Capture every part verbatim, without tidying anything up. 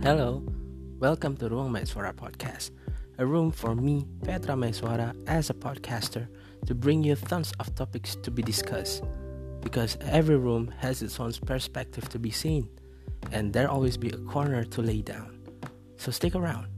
Hello, welcome to Ruang Maeswara Podcast, a room for me, Petra Maeswara, as a podcaster, to bring you tons of topics to be discussed. Because every room has its own perspective to be seen, and there'll always be a corner to lay down. So stick around.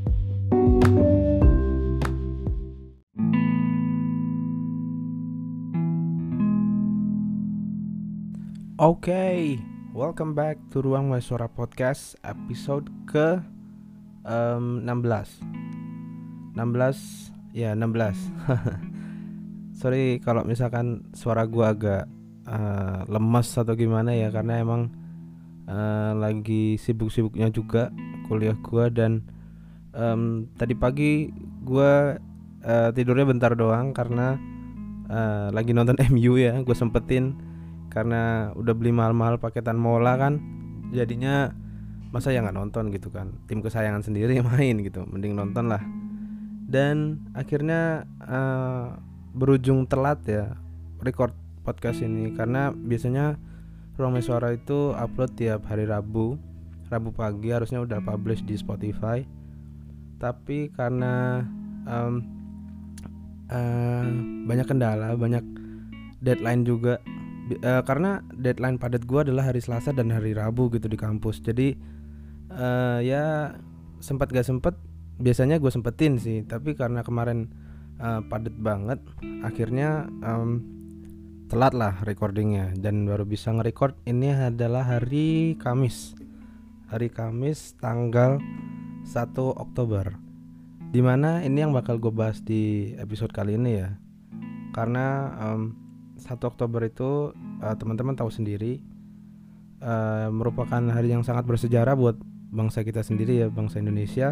Oke, okay, welcome back to Ruang Maeswara Podcast episode ke um, enam belas. enam belas, ya enam belas. Sorry kalau misalkan suara gua agak uh, lemas atau gimana ya, karena emang uh, lagi sibuk-sibuknya juga kuliah gua dan um, tadi pagi gua uh, tidurnya bentar doang karena uh, lagi nonton M U ya, gua sempetin. Karena udah beli mahal-mahal paketan Mola kan, jadinya masa ya nggak nonton gitu kan, tim kesayangan sendiri main gitu, mending nonton lah. Dan akhirnya uh, berujung telat ya record podcast ini, karena biasanya Ruang Maeswara itu upload tiap hari Rabu Rabu pagi, harusnya udah publish di Spotify. Tapi karena um, uh, banyak kendala, banyak deadline juga. Uh, karena deadline padat gue adalah hari Selasa dan hari Rabu gitu di kampus. Jadi uh, ya sempat gak sempet. Biasanya gue sempetin sih, tapi karena kemarin uh, padat banget, akhirnya um, telat lah recordingnya. Dan baru bisa nge-record ini adalah hari Kamis. Hari Kamis tanggal satu Oktober, dimana ini yang bakal gue bahas di episode kali ini ya. Karena um, satu Oktober itu uh, teman-teman tahu sendiri uh, merupakan hari yang sangat bersejarah buat bangsa kita sendiri ya, bangsa Indonesia.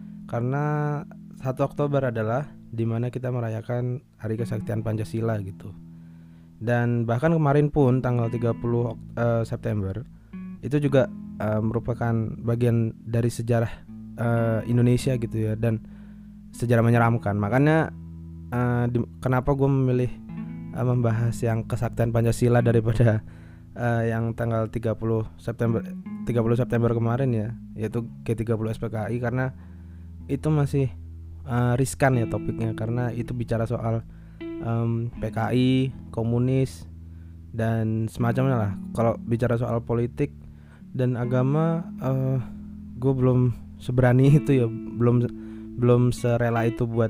Karena satu Oktober adalah dimana kita merayakan Hari Kesaktian Pancasila gitu. Dan bahkan kemarin pun tanggal tiga puluh uh, September itu juga uh, merupakan bagian dari sejarah uh, Indonesia gitu ya, dan sejarah menyeramkan. Makanya uh, di, kenapa gue memilih membahas yang kesaktian Pancasila daripada uh, yang tanggal tiga puluh September kemarin ya, yaitu G tiga puluh S P K I, karena itu masih uh, riskan ya topiknya, karena itu bicara soal um, P K I, komunis dan semacamnya lah. Kalau bicara soal politik dan agama, uh, gue belum seberani itu ya, belum belum serela itu buat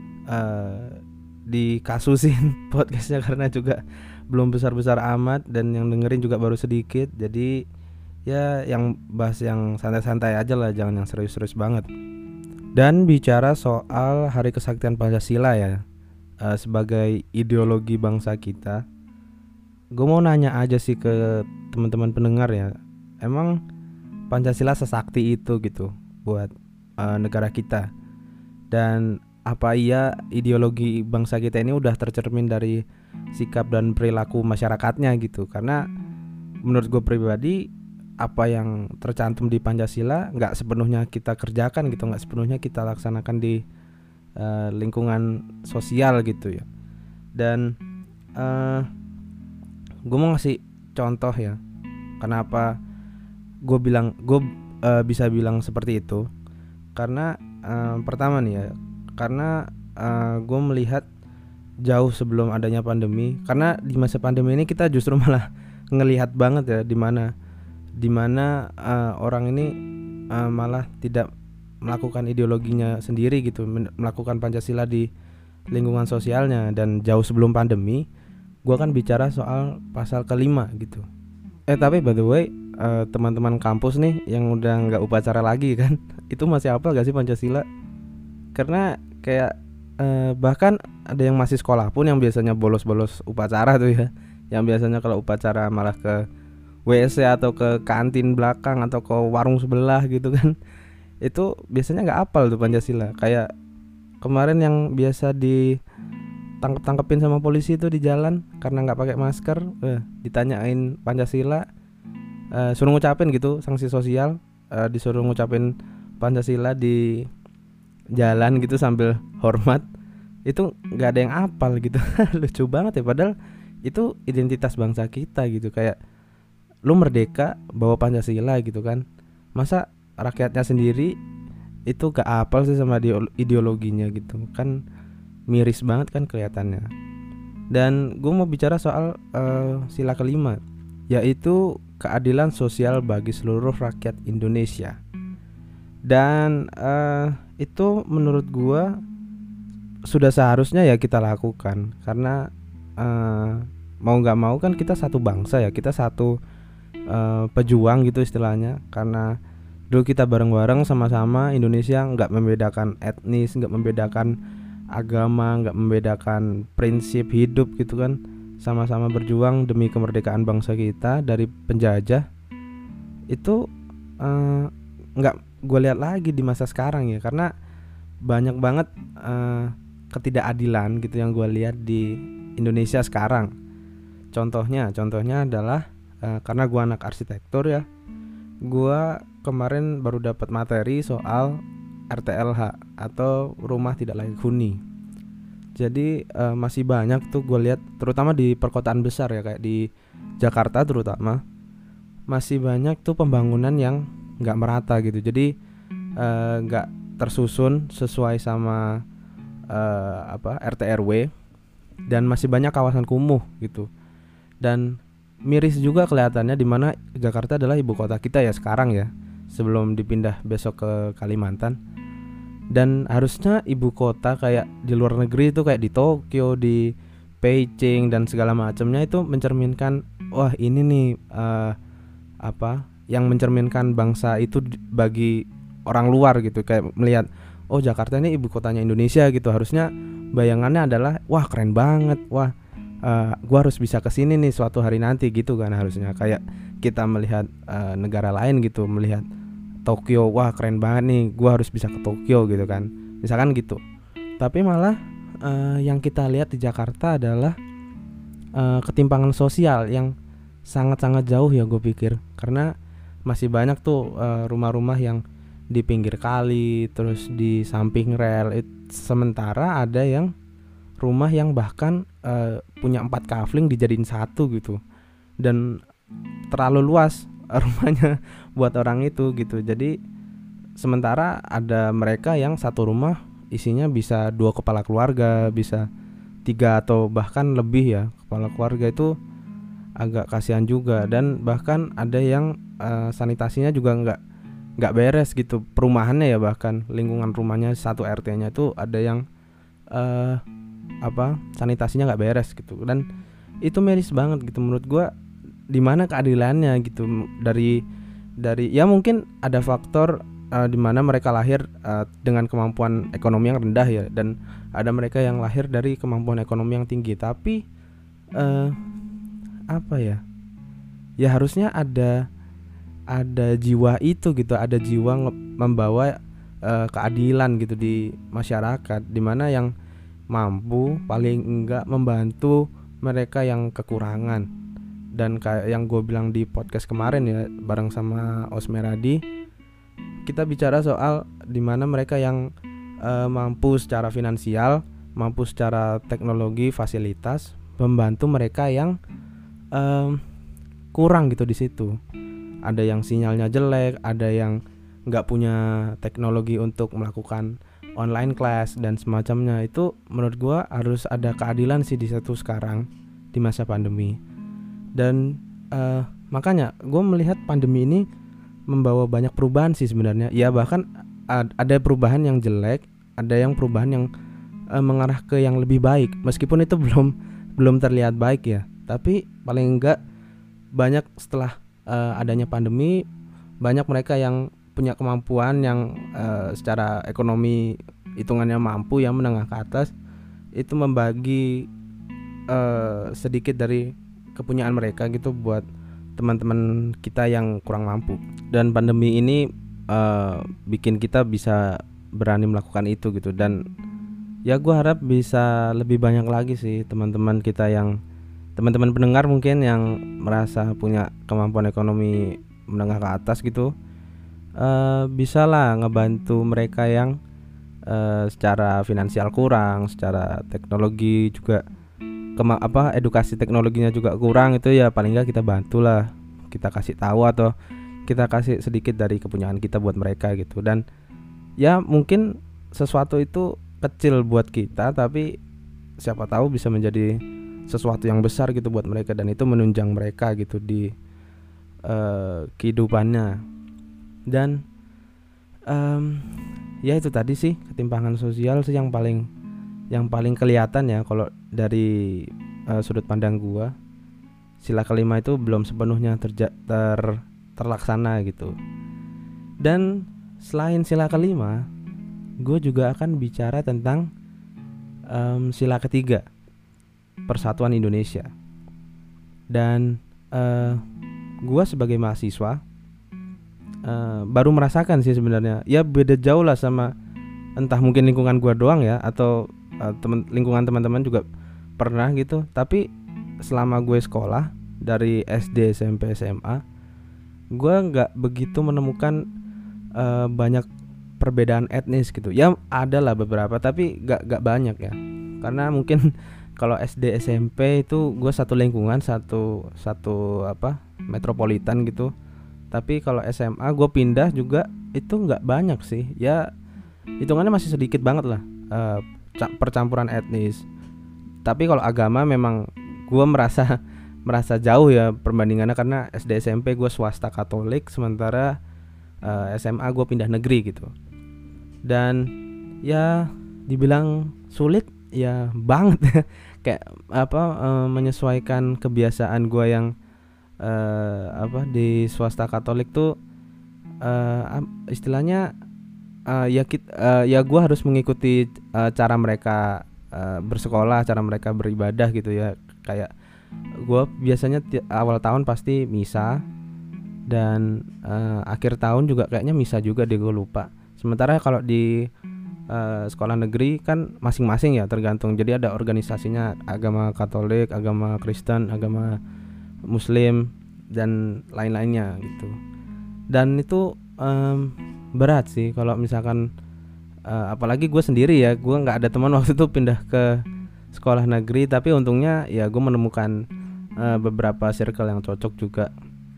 uh, dikasusin podcastnya, karena juga belum besar-besar amat dan yang dengerin juga baru sedikit. Jadi ya yang bahas yang santai-santai aja lah, jangan yang serius-serius banget. Dan bicara soal Hari Kesaktian Pancasila ya, uh, sebagai ideologi bangsa kita, gue mau nanya aja sih ke teman-teman pendengar ya, emang Pancasila sesakti itu gitu buat uh, negara kita? Dan apa iya ideologi bangsa kita ini udah tercermin dari sikap dan perilaku masyarakatnya gitu? Karena menurut gue pribadi, apa yang tercantum di Pancasila nggak sepenuhnya kita kerjakan gitu, nggak sepenuhnya kita laksanakan di uh, lingkungan sosial gitu ya. Dan uh, gue mau ngasih contoh ya, kenapa gue bilang gue uh, bisa bilang seperti itu. Karena uh, pertama nih ya, karena uh, gue melihat jauh sebelum adanya pandemi. Karena di masa pandemi ini kita justru malah ngelihat banget ya, dimana dimana uh, orang ini uh, malah tidak melakukan ideologinya sendiri gitu, melakukan Pancasila di lingkungan sosialnya. Dan jauh sebelum pandemi, gue kan bicara soal pasal kelima gitu. Eh tapi by the way, uh, teman-teman kampus nih yang udah nggak upacara lagi kan, itu masih hafal gak sih Pancasila? Karena kayak eh, bahkan ada yang masih sekolah pun yang biasanya bolos-bolos upacara tuh ya, yang biasanya kalau upacara malah ke W C atau ke kantin belakang atau ke warung sebelah gitu kan, itu biasanya nggak hafal tuh Pancasila. Kayak kemarin yang biasa ditangkep-tangkepin sama polisi itu di jalan karena nggak pakai masker, eh, ditanyain Pancasila, eh, suruh ngucapin gitu, sanksi sosial, eh, disuruh ngucapin Pancasila di jalan gitu sambil hormat, itu nggak ada yang apal gitu. Lucu banget ya, padahal itu identitas bangsa kita gitu. Kayak lu merdeka bawa Pancasila gitu kan, masa rakyatnya sendiri itu gak apal sih sama ideologinya gitu kan, miris banget kan kelihatannya. Dan gue mau bicara soal uh, sila kelima, yaitu keadilan sosial bagi seluruh rakyat Indonesia. Dan uh, itu menurut gue sudah seharusnya ya kita lakukan, karena uh, mau gak mau kan kita satu bangsa ya, kita satu uh, pejuang gitu istilahnya. Karena dulu kita bareng-bareng sama-sama, Indonesia gak membedakan etnis, gak membedakan agama, gak membedakan prinsip hidup gitu kan. Sama-sama berjuang demi kemerdekaan bangsa kita dari penjajah. Itu uh, gak gue lihat lagi di masa sekarang ya, karena banyak banget uh, ketidakadilan gitu yang gue lihat di Indonesia sekarang. Contohnya, contohnya adalah uh, karena gue anak arsitektur ya, gue kemarin baru dapat materi soal R T L H atau rumah tidak layak huni. Jadi uh, masih banyak tuh gue lihat, terutama di perkotaan besar ya, kayak di Jakarta terutama, masih banyak tuh pembangunan yang nggak merata gitu. Jadi nggak uh, tersusun sesuai sama uh, apa R T R W, dan masih banyak kawasan kumuh gitu. Dan miris juga kelihatannya, dimana Jakarta adalah ibu kota kita ya sekarang ya, sebelum dipindah besok ke Kalimantan. Dan harusnya ibu kota kayak di luar negeri itu, kayak di Tokyo, di Beijing dan segala macamnya, itu mencerminkan, wah ini nih uh, apa yang mencerminkan bangsa itu bagi orang luar gitu, kayak melihat, oh Jakarta ini ibu kotanya Indonesia gitu. Harusnya bayangannya adalah, wah keren banget, wah uh, gua harus bisa kesini nih suatu hari nanti gitu kan. Harusnya kayak kita melihat uh, negara lain gitu, melihat Tokyo, wah keren banget nih, gua harus bisa ke Tokyo gitu kan, misalkan gitu. Tapi malah uh, yang kita lihat di Jakarta adalah uh, ketimpangan sosial yang sangat-sangat jauh ya gue pikir. Karena masih banyak tuh uh, rumah-rumah yang di pinggir kali, terus di samping rel. It, sementara ada yang rumah yang bahkan uh, punya empat kafling dijadiin satu gitu, dan terlalu luas rumahnya buat orang itu gitu. Jadi sementara ada mereka yang satu rumah isinya bisa dua kepala keluarga, bisa tiga atau bahkan lebih ya kepala keluarga. Itu agak kasihan juga. Dan bahkan ada yang uh, sanitasinya juga nggak nggak beres gitu perumahannya ya, bahkan lingkungan rumahnya satu R T-nya itu ada yang uh, apa sanitasinya nggak beres gitu. Dan itu miris banget gitu menurut gue. Di mana keadilannya gitu dari dari ya mungkin ada faktor uh, di mana mereka lahir uh, dengan kemampuan ekonomi yang rendah ya, dan ada mereka yang lahir dari kemampuan ekonomi yang tinggi. Tapi uh, apa ya ya harusnya ada ada jiwa itu gitu, ada jiwa nge- membawa uh, keadilan gitu di masyarakat, dimana yang mampu paling enggak membantu mereka yang kekurangan. Dan kayak yang gue bilang di podcast kemarin ya bareng sama Osmeradi, kita bicara soal dimana mereka yang uh, mampu secara finansial, mampu secara teknologi, fasilitas, membantu mereka yang uh, kurang gitu di situ. Ada yang sinyalnya jelek, ada yang nggak punya teknologi untuk melakukan online class dan semacamnya. Itu menurut gue harus ada keadilan sih di situ sekarang di masa pandemi. Dan uh, makanya gue melihat pandemi ini membawa banyak perubahan sih sebenarnya. Ya bahkan ad- ada perubahan yang jelek, ada yang perubahan yang uh, mengarah ke yang lebih baik. Meskipun itu belum belum terlihat baik ya, tapi paling enggak banyak setelah uh, adanya pandemi, banyak mereka yang punya kemampuan yang uh, secara ekonomi hitungannya mampu, yang menengah ke atas, itu membagi uh, sedikit dari kepunyaan mereka gitu buat teman-teman kita yang kurang mampu. Dan pandemi ini uh, bikin kita bisa berani melakukan itu gitu. Dan ya gue harap bisa lebih banyak lagi sih teman-teman kita yang teman-teman pendengar mungkin yang merasa punya kemampuan ekonomi menengah ke atas gitu, uh, bisa lah ngebantu mereka yang uh, secara finansial kurang, secara teknologi juga kema- apa edukasi teknologinya juga kurang. Itu ya paling nggak kita bantulah, kita kasih tahu atau kita kasih sedikit dari kepunyaan kita buat mereka gitu. Dan ya mungkin sesuatu itu kecil buat kita, tapi siapa tahu bisa menjadi sesuatu yang besar gitu buat mereka, dan itu menunjang mereka gitu di uh, kehidupannya. Dan um, ya itu tadi sih, ketimpangan sosial sih yang paling yang paling kelihatan ya kalau dari uh, sudut pandang gua. Sila kelima itu belum sepenuhnya terja- ter terlaksana gitu. Dan selain sila kelima, gue juga akan bicara tentang um, sila ketiga, Persatuan Indonesia. Dan uh, gue sebagai mahasiswa uh, baru merasakan sih sebenarnya. Ya beda jauh lah sama, entah mungkin lingkungan gue doang ya, atau uh, temen, lingkungan teman-teman juga pernah gitu. Tapi selama gue sekolah dari S D, S M P, S M A, gue nggak begitu menemukan uh, banyak perbedaan etnis gitu. Ya ada lah beberapa, tapi nggak nggak banyak ya. Karena mungkin kalau S D, S M P itu gue satu lingkungan, satu satu apa metropolitan gitu. Tapi kalau S M A gue pindah juga, itu nggak banyak sih. Ya hitungannya masih sedikit banget lah uh, percampuran etnis. Tapi kalau agama memang gue merasa merasa jauh ya perbandingannya, karena S D S M P gue swasta Katolik, sementara uh, S M A gue pindah negeri gitu. Dan ya dibilang sulit ya banget kayak apa uh, menyesuaikan kebiasaan gue yang uh, apa di swasta Katolik tuh uh, istilahnya uh, ya kit, uh, ya gue harus mengikuti uh, cara mereka uh, bersekolah, cara mereka beribadah gitu ya. Kayak gue biasanya ti- awal tahun pasti misa, dan uh, akhir tahun juga kayaknya misa juga deh, gue lupa. Sementara kalau di uh, sekolah negeri kan masing-masing ya, tergantung. Jadi ada organisasinya, agama Katolik, agama Kristen, agama Muslim, dan lain-lainnya gitu. Dan itu um, berat sih kalau misalkan uh, apalagi gue sendiri ya, gue nggak ada teman waktu itu pindah ke sekolah negeri. Tapi untungnya ya gue menemukan uh, beberapa circle yang cocok juga.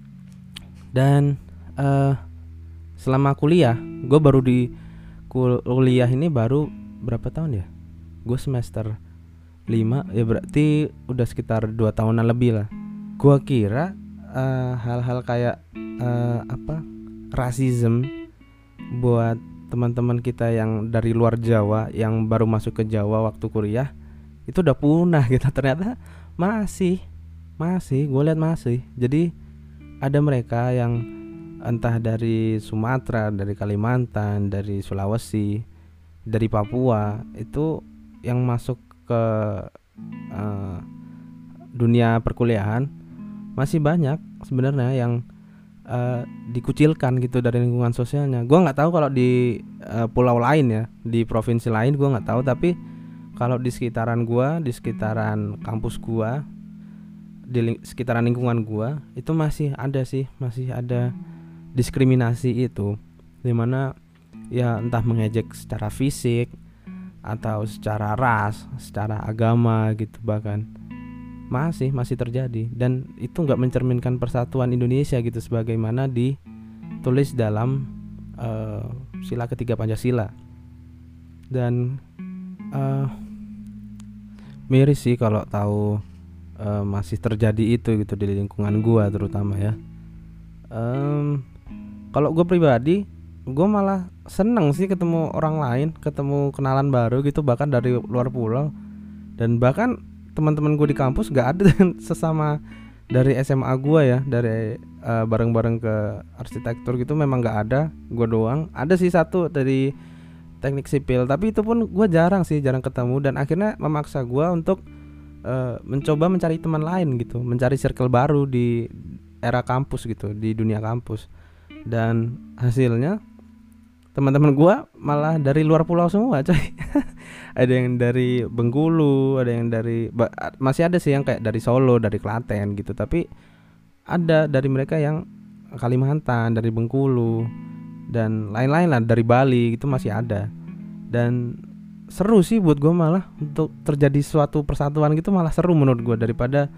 Dan uh, selama kuliah, gue baru di kuliah ini baru berapa tahun ya? Gue semester lima, ya berarti udah sekitar dua tahunan lebih lah. Gue kira uh, hal-hal kayak uh, apa rasisme buat teman-teman kita yang dari luar Jawa, yang baru masuk ke Jawa waktu kuliah, itu udah punah gitu. Ternyata masih masih gue lihat masih. Jadi ada mereka yang entah dari Sumatera, dari Kalimantan, dari Sulawesi, dari Papua, itu yang masuk ke uh, dunia perkuliahan masih banyak sebenarnya yang uh, dikucilkan gitu dari lingkungan sosialnya. Gue nggak tahu kalau di uh, pulau lain ya, di provinsi lain gue nggak tahu, tapi kalau di sekitaran gue, di sekitaran kampus gue, di ling- sekitaran lingkungan gue, itu masih ada sih, masih ada diskriminasi itu, dimana ya entah mengejek secara fisik atau secara ras, secara agama gitu, bahkan masih masih terjadi. Dan itu nggak mencerminkan persatuan Indonesia gitu, sebagaimana ditulis dalam uh, sila ketiga Pancasila. Dan uh, miris sih kalau tahu uh, masih terjadi itu gitu di lingkungan gua terutama ya. Um, Kalau gue pribadi, gue malah seneng sih ketemu orang lain, ketemu kenalan baru gitu, bahkan dari luar pulau. Dan bahkan teman-teman gue di kampus gak ada sesama dari S M A gue ya, dari uh, bareng-bareng ke arsitektur gitu, memang gak ada. Gue doang. Ada sih satu dari teknik sipil, tapi itu pun gue jarang sih, jarang ketemu. Dan akhirnya memaksa gue untuk uh, mencoba mencari teman lain gitu, mencari circle baru di era kampus gitu, di dunia kampus. Dan hasilnya teman-teman gua malah dari luar pulau semua, coy. Ada yang dari Bengkulu, ada yang dari ba- masih ada sih yang kayak dari Solo, dari Klaten gitu. Tapi ada dari mereka yang Kalimantan, dari Bengkulu, dan lain-lain lah, dari Bali gitu masih ada. Dan seru sih buat gua malah untuk terjadi suatu persatuan gitu, malah seru menurut gua daripada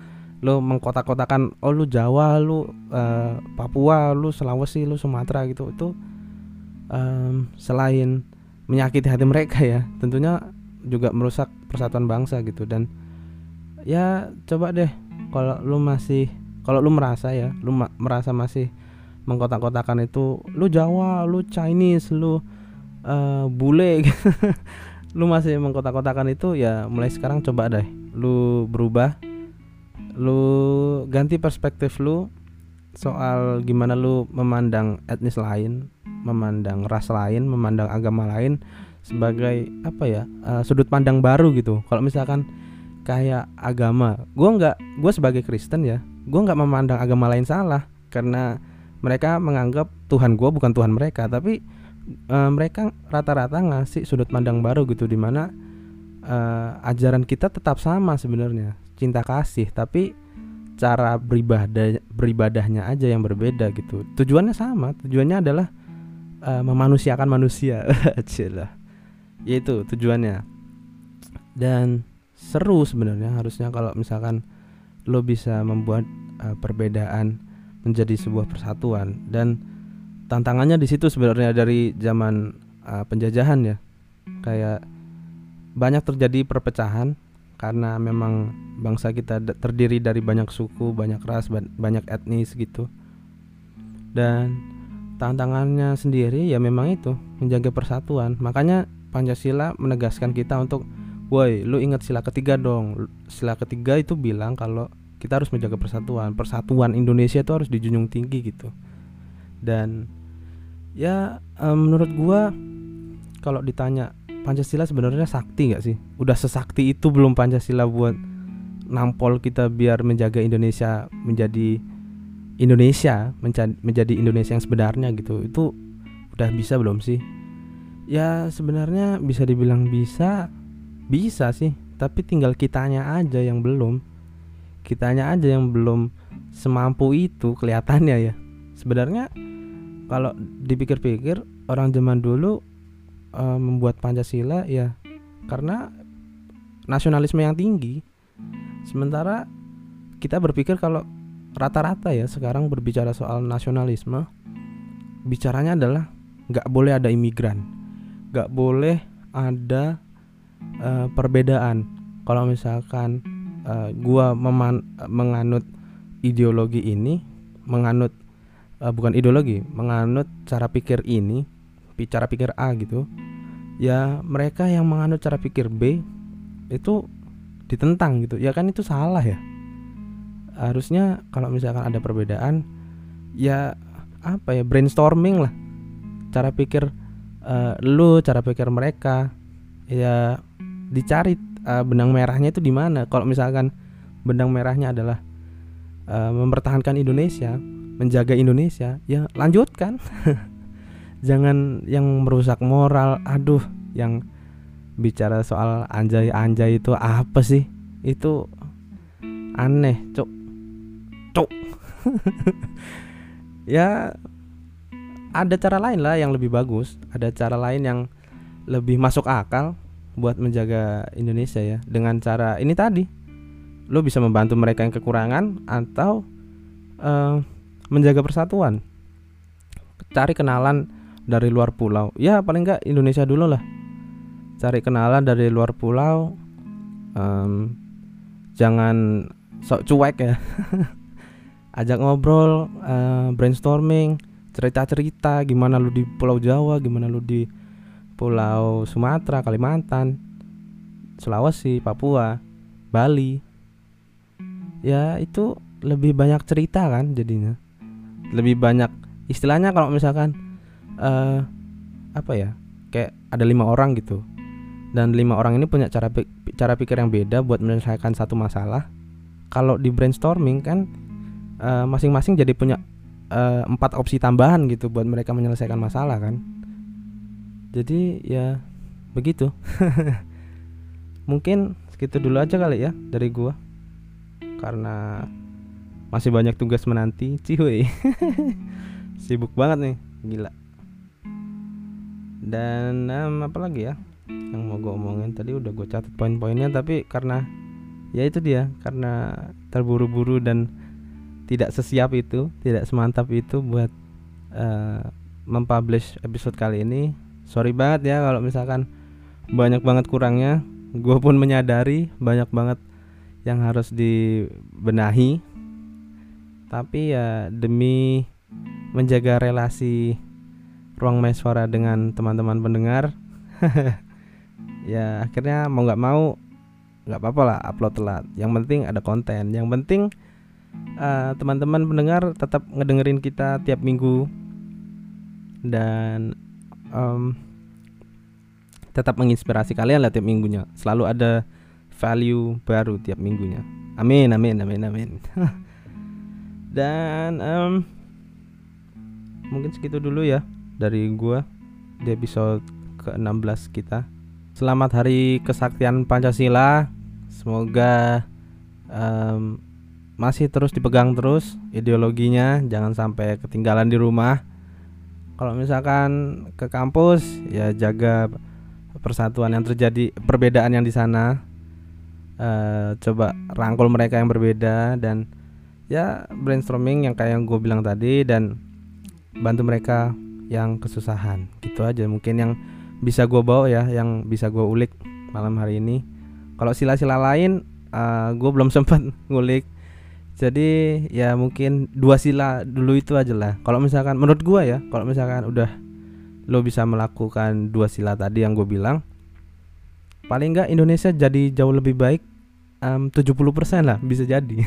Lu mengkotak-kotakan, oh lu Jawa, lu uh, Papua, lu Sulawesi, lu Sumatera gitu. Itu um, selain menyakiti hati mereka ya, tentunya juga merusak persatuan bangsa gitu. Dan ya coba deh kalau lu masih kalau lu merasa ya, lu ma- merasa masih mengkotak-kotakan itu, lu Jawa, lu Chinese, lu uh, bule gitu. Lu masih mengkotak-kotakan itu, ya mulai sekarang coba deh lu berubah, lu ganti perspektif lu soal gimana lu memandang etnis lain, memandang ras lain, memandang agama lain sebagai apa ya, uh, sudut pandang baru gitu. Kalau misalkan kayak agama, gue nggak, gue sebagai Kristen ya, gue nggak memandang agama lain salah, karena mereka menganggap Tuhan gue bukan Tuhan mereka, tapi uh, mereka rata-rata ngasih sudut pandang baru gitu, dimana uh, ajaran kita tetap sama sebenarnya, cinta kasih, tapi cara beribadah beribadahnya aja yang berbeda gitu. Tujuannya sama, tujuannya adalah uh, memanusiakan manusia, aja lah, yaitu tujuannya. Dan seru sebenarnya harusnya kalau misalkan lo bisa membuat uh, perbedaan menjadi sebuah persatuan. Dan tantangannya di situ sebenarnya dari zaman uh, penjajahan ya, kayak banyak terjadi perpecahan karena memang bangsa kita d- terdiri dari banyak suku, banyak ras, ban- banyak etnis gitu. Dan tantangannya sendiri ya memang itu, menjaga persatuan. Makanya Pancasila menegaskan kita untuk, woi, lu ingat sila ketiga dong. Sila ketiga itu bilang kalau kita harus menjaga persatuan. Persatuan Indonesia itu harus dijunjung tinggi gitu. Dan ya um, menurut gua kalau ditanya Pancasila sebenarnya sakti gak sih? Udah sesakti itu belum Pancasila buat nampol kita biar menjaga Indonesia menjadi Indonesia, menca- menjadi Indonesia yang sebenarnya gitu. Itu udah bisa belum sih? Ya sebenarnya bisa dibilang bisa, bisa sih, tapi tinggal kitanya aja yang belum. Kitanya aja yang belum semampu itu kelihatannya ya. Sebenarnya kalau dipikir-pikir, orang zaman dulu uh, membuat Pancasila ya karena nasionalisme yang tinggi. Sementara kita berpikir kalau rata-rata ya sekarang berbicara soal nasionalisme, bicaranya adalah gak boleh ada imigran, gak boleh ada uh, perbedaan. Kalau misalkan uh, gua meman- menganut ideologi ini, menganut uh, bukan ideologi, menganut cara pikir ini, cara pikir A gitu, ya mereka yang menganut cara pikir B itu ditentang gitu. Ya kan itu salah ya. Harusnya kalau misalkan ada perbedaan, ya apa ya, brainstorming lah, cara pikir uh, lu, cara pikir mereka, ya dicari uh, benang merahnya itu di mana. Kalau misalkan benang merahnya adalah uh, mempertahankan Indonesia, menjaga Indonesia, ya lanjutkan. Jangan yang merusak moral. Aduh, yang bicara soal anjay-anjay itu apa sih? Itu aneh, cuk. Cuk. Ya ada cara lain lah yang lebih bagus, ada cara lain yang lebih masuk akal buat menjaga Indonesia ya. Dengan cara ini tadi, lo bisa membantu mereka yang kekurangan atau uh, menjaga persatuan. Cari kenalan dari luar pulau. Ya paling enggak Indonesia dulu lah. Cari kenalan dari luar pulau. um, Jangan sok cuek ya. Ajak ngobrol, uh, brainstorming, cerita-cerita gimana lu di Pulau Jawa, gimana lu di Pulau Sumatera, Kalimantan, Sulawesi, Papua, Bali. Ya itu lebih banyak cerita kan jadinya. Lebih banyak istilahnya kalau misalkan uh, apa ya, kayak ada lima orang gitu, dan lima orang ini punya cara cara pikir yang beda buat menyelesaikan satu masalah. Kalau di brainstorming kan uh, masing-masing jadi punya uh, empat opsi tambahan gitu buat mereka menyelesaikan masalah kan. Jadi ya begitu. Mungkin segitu dulu aja kali ya dari gua, karena masih banyak tugas menanti. Cihuy. Sibuk banget nih, gila. Dan um, apa lagi ya yang mau gue omongin? Tadi udah gue catat poin-poinnya, tapi karena ya itu dia, karena terburu-buru dan tidak sesiap itu, tidak semantap itu buat uh, mempublish episode kali ini. Sorry banget ya kalau misalkan banyak banget kurangnya. Gue pun menyadari banyak banget yang harus dibenahi, tapi ya demi menjaga relasi Ruang Maiswara dengan teman-teman pendengar ya akhirnya mau gak mau gak apa-apa lah upload telat. Yang penting ada konten. Yang penting uh, teman-teman pendengar tetap ngedengerin kita tiap minggu dan um, tetap menginspirasi kalian lah tiap minggunya. Selalu ada value baru tiap minggunya. Amin, amin, amin, amin. Dan um, mungkin segitu dulu ya dari gua di episode ke enam belas kita. Selamat Hari Kesaktian Pancasila. Semoga um, masih terus dipegang terus ideologinya, jangan sampai ketinggalan di rumah. Kalau misalkan ke kampus ya jaga persatuan yang terjadi, perbedaan yang di sana. Uh, coba rangkul mereka yang berbeda dan ya brainstorming yang kayak yang gue bilang tadi, dan bantu mereka yang kesusahan. Gitu aja mungkin yang bisa gue bawa ya, yang bisa gue ulik malam hari ini. Kalau sila-sila lain uh, gue belum sempat ngulik, jadi ya mungkin dua sila dulu itu aja lah. Kalau misalkan menurut gue ya, kalau misalkan udah lo bisa melakukan dua sila tadi yang gue bilang, paling enggak Indonesia jadi jauh lebih baik um, tujuh puluh persen lah bisa jadi.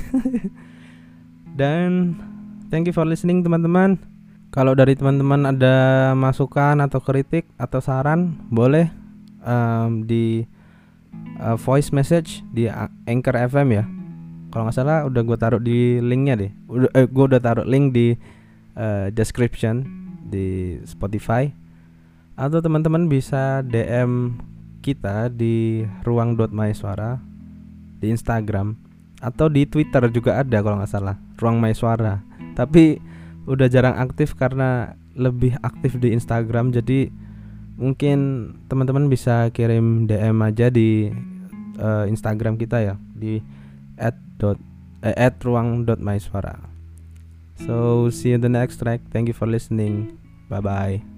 Dan thank you for listening teman-teman. Kalau dari teman-teman ada masukan atau kritik atau saran, boleh um, di uh, voice message di Anchor F M ya. Kalau nggak salah udah gue taruh di linknya deh. Udah, eh, gue udah taruh link di uh, description di Spotify. Atau teman-teman bisa D M kita di ruang dot maiswara di Instagram, atau di Twitter juga ada kalau nggak salah, Ruang Maiswara. Tapi udah jarang aktif karena lebih aktif di Instagram. Jadi mungkin teman-teman bisa kirim D M aja di uh, Instagram kita ya, di at dot eh, at ruang dot maiswara. So see you in the next track. Thank you for listening. Bye bye.